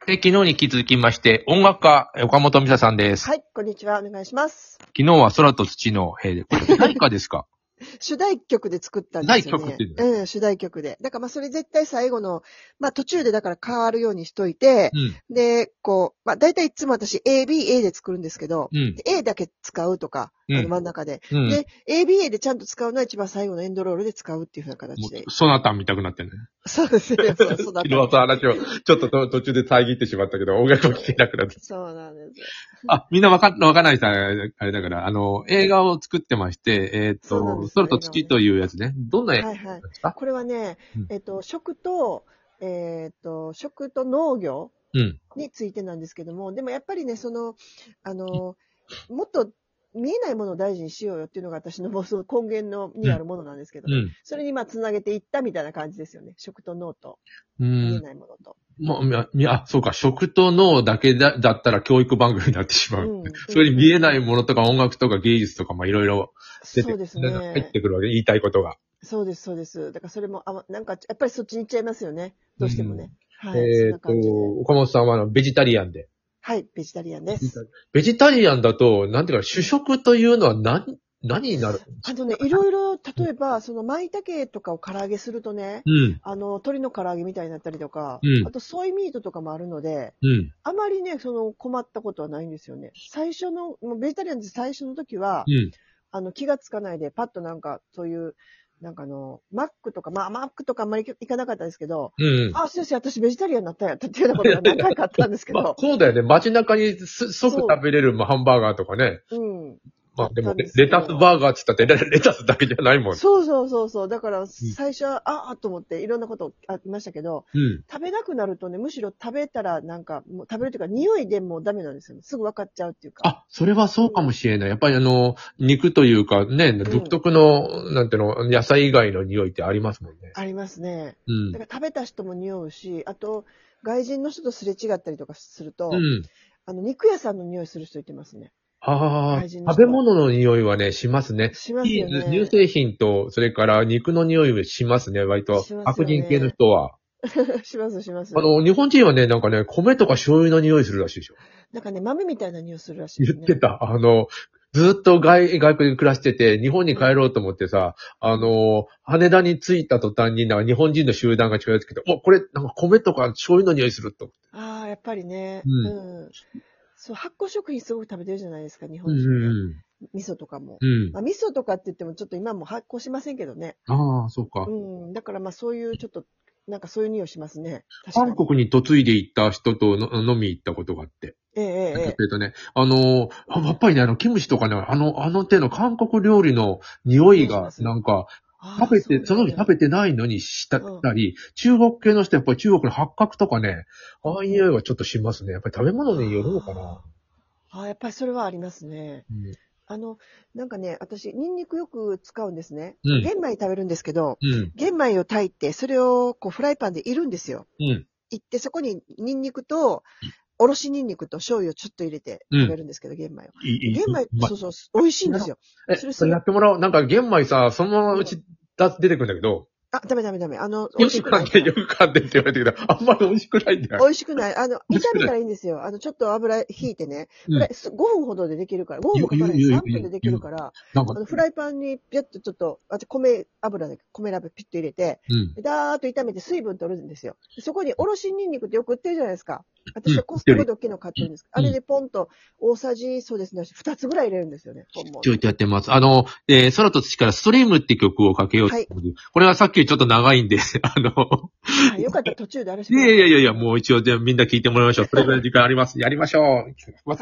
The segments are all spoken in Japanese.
昨日に気づきまして、音楽家、岡本美沙さんです。 はい、こんにちは。お願いします。 昨日は空と土の兵で、これ何かですか？ 主題曲で作ったんですよね。 主題曲って言うの？ 主題曲で。だからまあそれ絶対最後の、まあ途中でだから変わるようにしといて、で、こう、まあ大体いつも私 A、B、A で作るんですけど、A だけ使うとか、真ん中で。で、A、B、A でちゃんと使うのは一番最後のエンドロールで使うっていう風な形で。 ソナタン見たくなってね。 そうですね。そう昨日の話をちょっと途中で遮ってしまったけど、音楽を聴けなくなって。 そうなんです。 みんなわかんないさ、あれだから、映画を作ってまして、空と土というやつね。どんな映画ですか？ これはね、食と農業についてなんですけども、でもやっぱりね、もっと見えないものを大事にしようよっていうのが私のその根源にあるものなんですけど、それにまあつなげていったみたいな感じですよね。食と農と見えないものと。 そうか、食と脳だけだったら教育番組になってしまう。それに見えないものとか音楽とか芸術とかいろいろそうですね。 入ってくるわけ、言いたいことが。 そうです、そうです。だからそれも、なんかやっぱりそっちに行っちゃいますよね。どうしてもね。 はい。岡本さんはベジタリアンで。 はい、ベジタリアンです。 ベジタリアンだと、なんていうか、主食というのは何になる？ いろいろ、例えば、舞茸とかを唐揚げするとね、鶏の唐揚げみたいになったりとか、あとソイミートとかもあるので、あまりね、困ったことはないんですよね。ベジタリアンで最初の時は、気がつかないで、パッとなんか、そういう、なんかマックとか、マックとかあんまり行かなかったですけど、先生、私ベジタリアンになったんやったっていうようなことが何回かあったんですけど。 そうだよね。街中に即食べれるハンバーガーとかね。でも、レタスバーガーって言ったってレタスだけじゃないもん。 そう。だから、最初は、と思って、いろんなことありましたけど、食べなくなるとね、むしろ食べたら、なんか、もう食べるというか、匂いでもうダメなんですよね。すぐ分かっちゃうっていうか。 それはそうかもしれない。やっぱり肉というかね、独特の、なんていうの、野菜以外の匂いってありますもんね。 ありますね。だから食べた人も匂うし、あと、外人の人とすれ違ったりとかすると、肉屋さんの匂いする人いてますね。 食べ物の匂いはね、しますね。 しますよね。 乳製品と、それから肉の匂いはしますね、割と。白人系の人は。 します。 日本人はね、なんかね、米とか醤油の匂いするらしいでしょ。 なんかね、豆みたいな匂いするらしいですね。 言ってた。ずっと外国に暮らしてて、日本に帰ろうと思ってさ、羽田に着いた途端に、なんか日本人の集団が近寄ってきて、これ、なんか米とか醤油の匂いすると。 やっぱりね。そう、発酵食品すごく食べてるじゃないですか、日本人ね。味噌とかも。味噌とかって言ってもちょっと今も発酵しませんけどね。 そうか。 だからそういうちょっと、なんかそういう匂いしますね。 韓国に嫁いで行った人と飲み行ったことがあって。やっぱりね、キムチとかね、手の韓国料理の匂いが、なんか、その時食べてないのにしたり、中国系の人やっぱり中国の八角とかね、ああいう匂いはちょっとしますね。やっぱり食べ物によるのかな。 やっぱりそれはありますね。なんかね、私、ニンニクよく使うんですね。玄米食べるんですけど、玄米を炊いて、それをこうフライパンでいるんですよ。いって、そこにニンニクと、おろしニンニクと醤油をちょっと入れて食べるんですけど、玄米を。玄米、そう、美味しいんですよ。 それやってもらおう。なんか玄米さ、そのままうち出てくるんだけど。 ダメ。 美味しくない。よく買ってって言われてるけど、あんまり美味しくないんだよ。 美味しくない。炒めたらいいんですよ。ちょっと油引いてね。5分ほどでできるから。5分もかかない。3分でできるから。フライパンにピュッとちょっと、米油ピュッと入れて、ダーッと炒めて水分取るんですよ。そこにおろしニンニクってよく売ってるじゃないですか。私はコストコで大きいの買ってるんです。あれでポンと大さじ、そうですね、2つぐらい入れるんですよね。 ちょいとやってます。空と土からストリームって曲をかけようと。これはさっきちょっと長いんで、 よかったら途中であれして。いや、もう一応みんな聞いてもらいましょう。それぐらい時間あります。やりましょう。はい。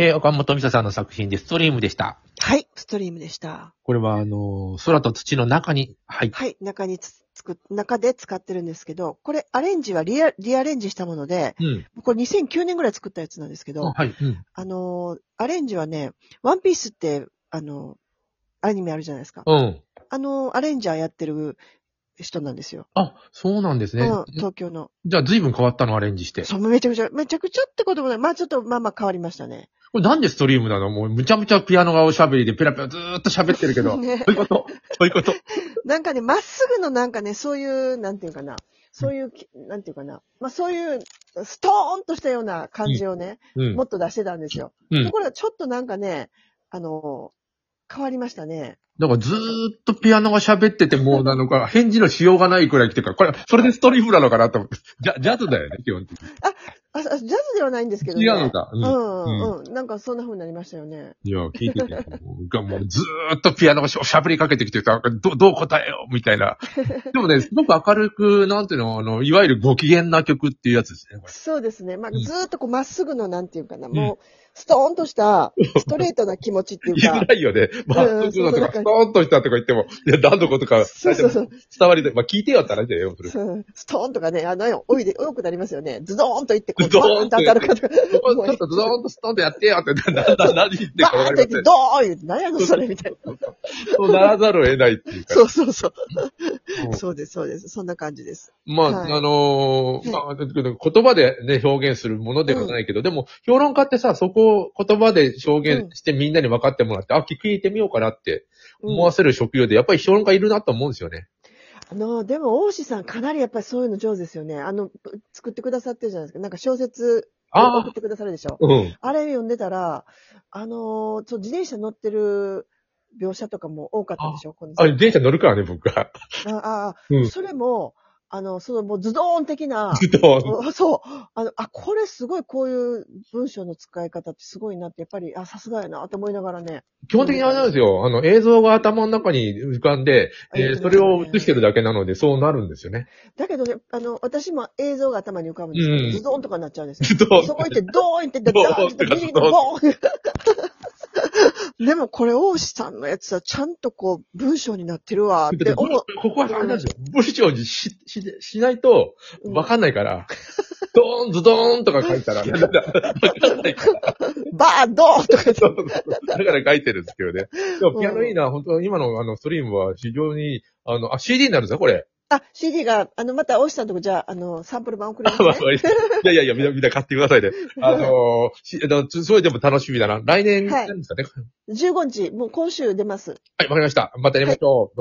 岡本美沙さんの作品でストリームでした。 はい、ストリームでした。 これは空と土の中に入って。 はい、中で使ってるんですけど、これアレンジはリアレンジしたもので、これ2009年ぐらい作ったやつなんですけど、 はい、 アレンジはね、ワンピースって、アニメあるじゃないですか。アレンジャーやってる人なんですよ。 あ、そうなんですね。 東京の。 じゃあ随分変わったのアレンジして。 そう、めちゃくちゃってこともない。まあちょっと、まあ変わりましたね。 これなんでストリームなの？もうむちゃむちゃピアノがおしゃべりでペラペラずーっと喋ってるけど。ね、そういうこと。 なんかね、まっすぐのなんかね、そういう、なんていうかな。そういう、なんていうかな。まあそういう、ストーンとしたような感じをね、もっと出してたんですよ。ところがちょっとなんかね、変わりましたね。 だからずーっとピアノが喋っててもう返事のしようがないくらい来てるから、それでストリームなのかなと思って。ジャズだよね、基本的に。 ジャズではないんですけどね。 違うのか。 なんかそんな風になりましたよね。 いや、聞いてて。もうずーっとピアノがしゃべりかけてきてさ、どう答えようみたいな。でもね、すごく明るく、なんていうの、いわゆるご機嫌な曲っていうやつですね、これ。 そうですね。まあ、ずーっとこうまっすぐの、なんていうかな、もう、ストーンとした、ストレートな気持ちっていうか。 言いづらいよね。まっすぐのとか、ストーンとしたとか言っても、いや、何のことか、 そう伝わりで、まあ、聞いてよったらいいんだよ、それ。 ストーンとかね、多くなりますよね。ズドーンと言って、こう、ドーンと当たるかとか。ちょっとズドーンとストーンとやってよって、何言ってか分かりません。 バーンと言って、ドーン言って、何やのそれみたいな。 そうならざるを得ないっていうか。 そう。そうです。そんな感じです。 まあ、言葉でね、表現するものではないけど、でも、評論家ってさ、そこを言葉で表現してみんなに分かってもらって、聞いてみようかなって思わせる職業で、やっぱり評論家いるなと思うんですよね。 でも、大志さんかなりやっぱりそういうの上手ですよね。作ってくださってるじゃないですか。なんか小説送ってくださるでしょ。あれ読んでたら、自転車乗ってる描写とかも多かったでしょ。 自転車乗るからね、僕は。 それも、もうズドーン的な。 ズドーン。そう。これすごいこういう文章の使い方ってすごいなって、やっぱり、さすがやなと思いながらね。 基本的にあれなんですよ。映像が頭の中に浮かんで、それを映してるだけなので、そうなるんですよね。 だけどね、私も映像が頭に浮かぶんですけど、ズドーンとかになっちゃうんですよ。ズドーン。そこ行って、ドーンってドーンって、ビリッとボーンでもこれ、大志さんのやつはちゃんとこう、文章になってるわって思う。 ここはあれなんですよ。文章にしないと、わかんないから、ドーン、ズドーンとか書いたら、わかんないから。 バードーンとかだから書いてるんですけどね。でもピアノいいな、本当今のストリームは非常に、CD になるんですかこれ。 CD が、また、大志さんとこじゃあ、サンプル版送りますね。 いや、みんな買ってくださいね。すごいでも楽しみだな。来年なんですかね。 15日、もう今週出ます。 はい、わかりました。またやりましょう。